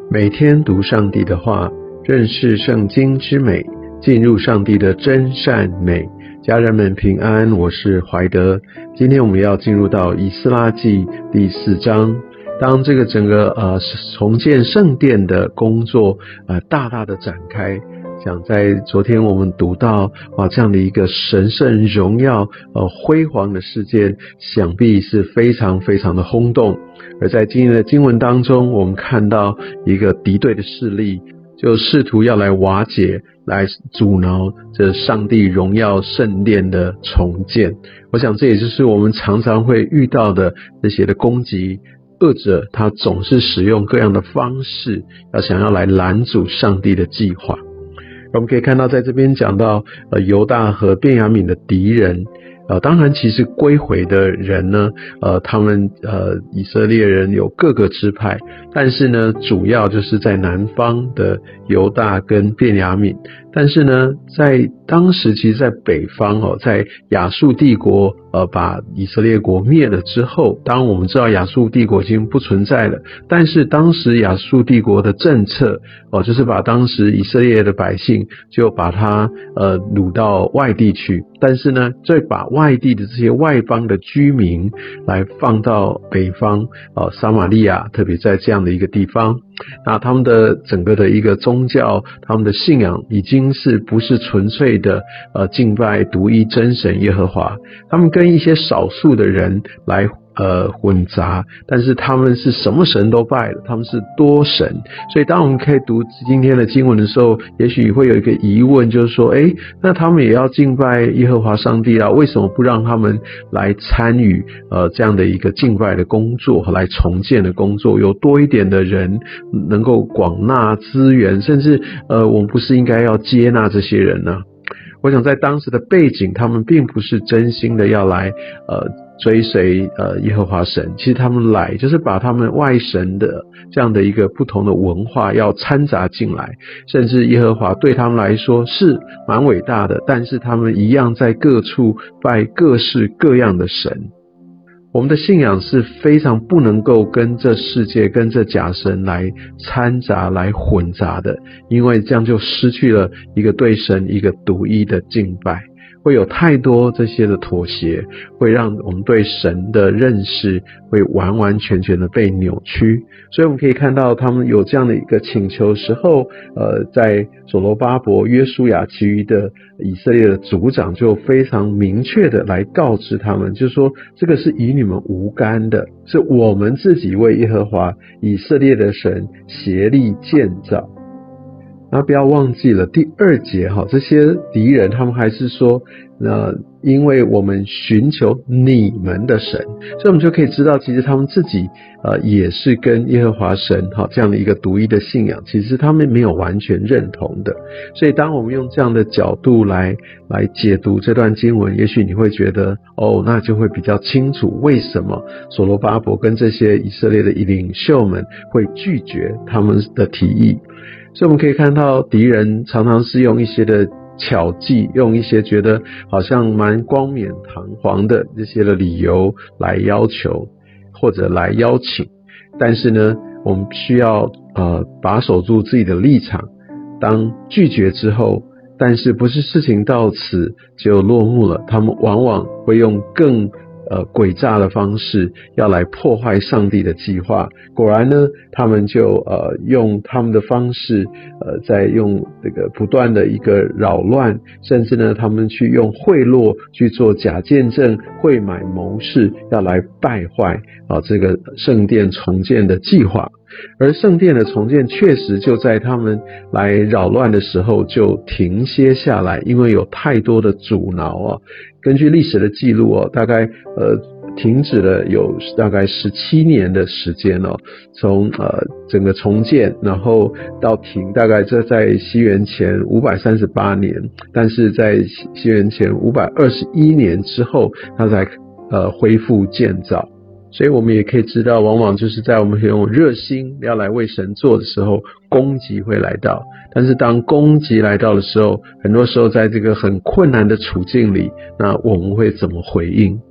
每天读上帝的话，认识圣经之美，进入上帝的真善美。家人们平安，我是怀德。今天我们要进入到以斯拉记第4章。当这个整个重建圣殿的工作大大的展开，想在昨天我们读到这样的一个神圣荣耀辉煌的事件，想必是非常非常的轰动。而在今天的经文当中，我们看到一个敌对的势力，就试图要来瓦解，来阻挠这上帝荣耀圣殿的重建。我想这也就是我们常常会遇到的这些的攻击。恶者他总是使用各样的方式，想要来拦阻上帝的计划。我们可以看到在这边讲到犹大和便雅悯的敌人，当然其实归回的人呢，他们以色列人有各个支派，但是呢主要就是在南方的犹大跟便雅悯。但是呢在当时其实在北方在亚述帝国把以色列国灭了之后，当然我们知道亚述帝国已经不存在了，但是当时亚述帝国的政策就是把当时以色列的百姓就把他掳到外地去，但是呢再把外地的这些外邦的居民来放到北方撒玛利亚，特别在这样的一个地方。那他们的整个的一个宗教，他们的信仰已经是不是纯粹的敬拜独一真神耶和华，他们跟一些少数的人来混杂，但是他们是什么神都拜了，他们是多神。所以当我们可以读今天的经文的时候，也许会有一个疑问，就是说那他们也要敬拜耶和华上帝啊，为什么不让他们来参与这样的一个敬拜的工作，来重建的工作，有多一点的人能够广纳资源，甚至我们不是应该要接纳这些人呢？我想在当时的背景，他们并不是真心的要来追随耶和华神，其实他们来就是把他们外神的这样的一个不同的文化要掺杂进来，甚至耶和华对他们来说是蛮伟大的，但是他们一样在各处拜各式各样的神。我们的信仰是非常不能够跟这世界跟这假神来掺杂来混杂的，因为这样就失去了一个对神一个独一的敬拜，会有太多这些的妥协，会让我们对神的认识会完完全全的被扭曲。所以我们可以看到他们有这样的一个请求时候，在所罗巴伯、约书亚其余的以色列的族长就非常明确的来告知他们，就是说这个是与你们无干的，是我们自己为耶和华以色列的神协力建造。那不要忘记了第2节这些敌人他们还是说因为我们寻求你们的神，所以我们就可以知道其实他们自己也是跟耶和华神这样的一个独一的信仰，其实他们没有完全认同的。所以当我们用这样的角度来解读这段经文，也许你会觉得那就会比较清楚为什么所罗巴伯跟这些以色列的领袖们会拒绝他们的提议。所以我们可以看到敌人常常是用一些的巧计，用一些觉得好像蛮光冕堂皇的这些的理由来要求或者来邀请，但是呢我们需要把守住自己的立场。当拒绝之后，但是不是事情到此就落幕了，他们往往会用更诡诈的方式要来破坏上帝的计划。果然呢他们就用他们的方式在用这个不断的一个扰乱，甚至呢他们去用贿赂去做假见证，会买谋士，要来败坏这个圣殿重建的计划。而圣殿的重建确实就在他们来扰乱的时候就停歇下来，因为有太多的阻挠根据历史的记录大概停止了有大概17年的时间从整个重建然后到停，大概这在西元前538年，但是在西元前521年之后它才恢复建造。所以我们也可以知道，往往就是在我们很有热心要来为神做的时候，攻击会来到。但是当攻击来到的时候，很多时候在这个很困难的处境里，那我们会怎么回应？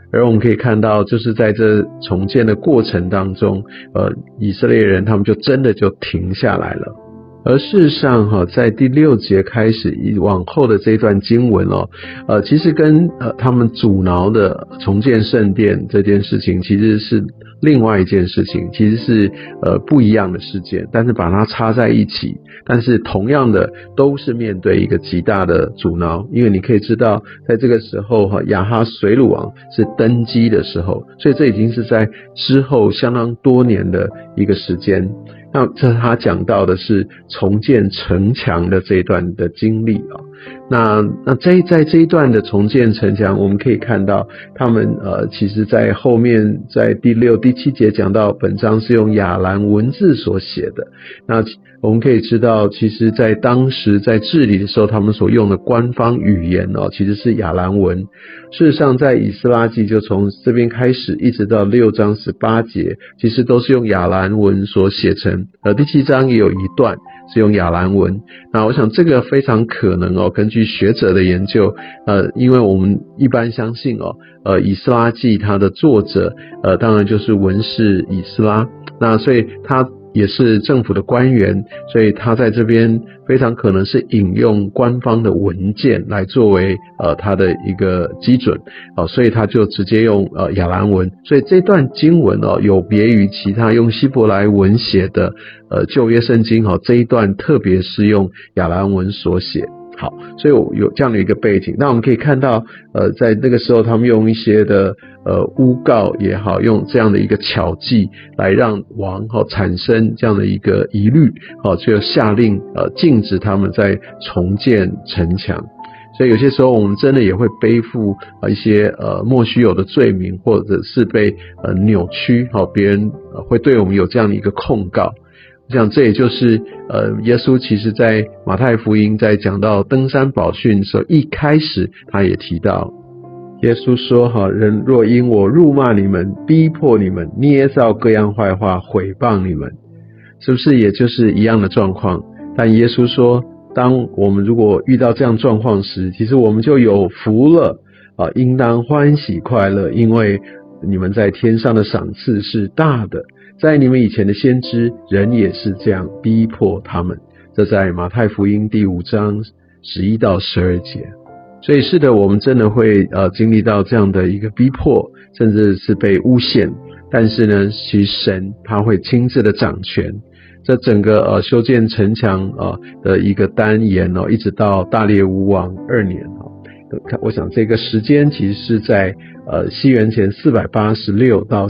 而我们可以看到，就是在这重建的过程当中，以色列人他们就真的就停下来了。而事实上在第6节开始往后的这一段经文其实跟他们阻挠的重建圣殿这件事情其实是另外一件事情，其实是不一样的事件，但是把它插在一起，但是同样的都是面对一个极大的阻挠。因为你可以知道，在这个时候亚哈随鲁王是登基的时候，所以这已经是在之后相当多年的一个时间。那这他讲到的是重建城墙的这一段的经历那在这一段的重建城墙，我们可以看到他们其实在后面在第6、第7节讲到本章是用亚兰文字所写的。那我们可以知道，其实在当时在治理的时候，他们所用的官方语言其实是亚兰文。事实上在以斯拉记就从这边开始一直到6章18节，其实都是用亚兰文所写成，而第7章也有一段是用亚兰文。那我想这个非常可能根据学者的研究，因为我们一般相信以斯拉记它的作者当然就是文士以斯拉，那所以他也是政府的官员，所以他在这边非常可能是引用官方的文件来作为他的一个基准所以他就直接用亚兰文。所以这段经文有别于其他用希伯来文写的旧约圣经这一段特别是用亚兰文所写。好，所以有这样的一个背景。那我们可以看到在那个时候他们用一些的诬告也好，用这样的一个巧计来让王产生这样的一个疑虑就下令禁止他们在重建城墙。所以有些时候我们真的也会背负一些莫须有的罪名，或者是被扭曲别人会对我们有这样的一个控告。我想这也就是耶稣其实在马太福音在讲到登山宝训的时候，一开始他也提到，耶稣说人若因我辱骂你们，逼迫你们，捏造各样坏话，毁谤你们，是不是也就是一样的状况？但耶稣说，当我们如果遇到这样状况时，其实我们就有福了应当欢喜快乐，因为你们在天上的赏赐是大的。在你们以前的先知，人也是这样逼迫他们。这在马太福音第5章11到12节。所以是的，我们真的会经历到这样的一个逼迫，甚至是被诬陷。但是呢，其实神他会亲自的掌权。这整个修建城墙的一个单言一直到大列乌王2年我想这个时间其实是在西元前486到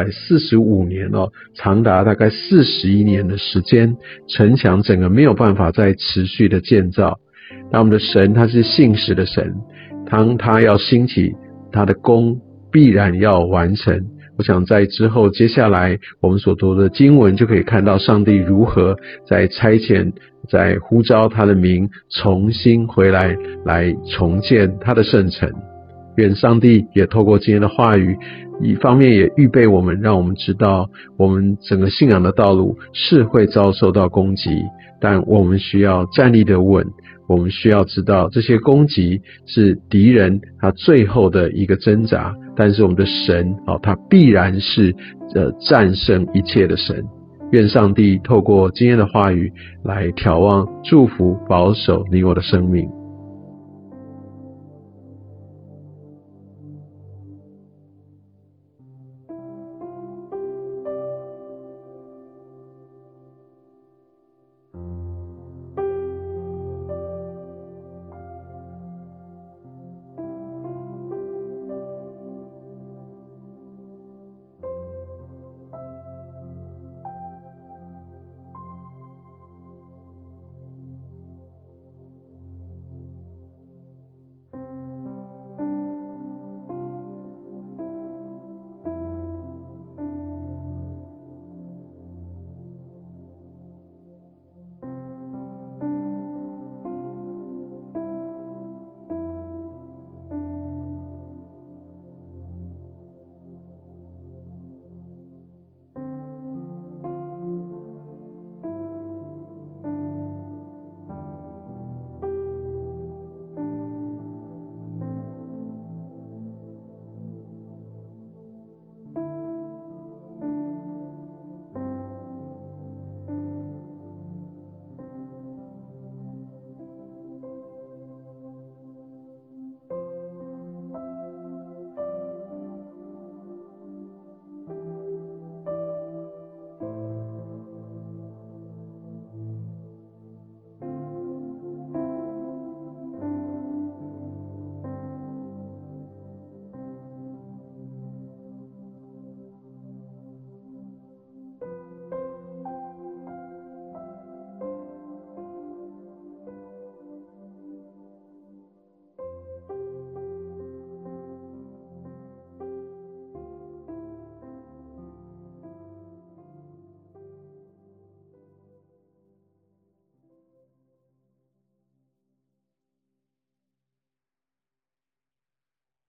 445年长达大概41年的时间，城墙整个没有办法再持续的建造。那我们的神他是信实的神，当他要兴起他的功，必然要完成。我想在之后接下来我们所读的经文就可以看到上帝如何在差遣，在呼召他的名重新回来重建他的圣城。愿上帝也透过今天的话语，一方面也预备我们，让我们知道我们整个信仰的道路是会遭受到攻击，但我们需要站立的稳。我们需要知道这些攻击是敌人他最后的一个挣扎，但是我们的神他必然是战胜一切的神。愿上帝透过今天的话语来眺望、祝福、保守你我的生命。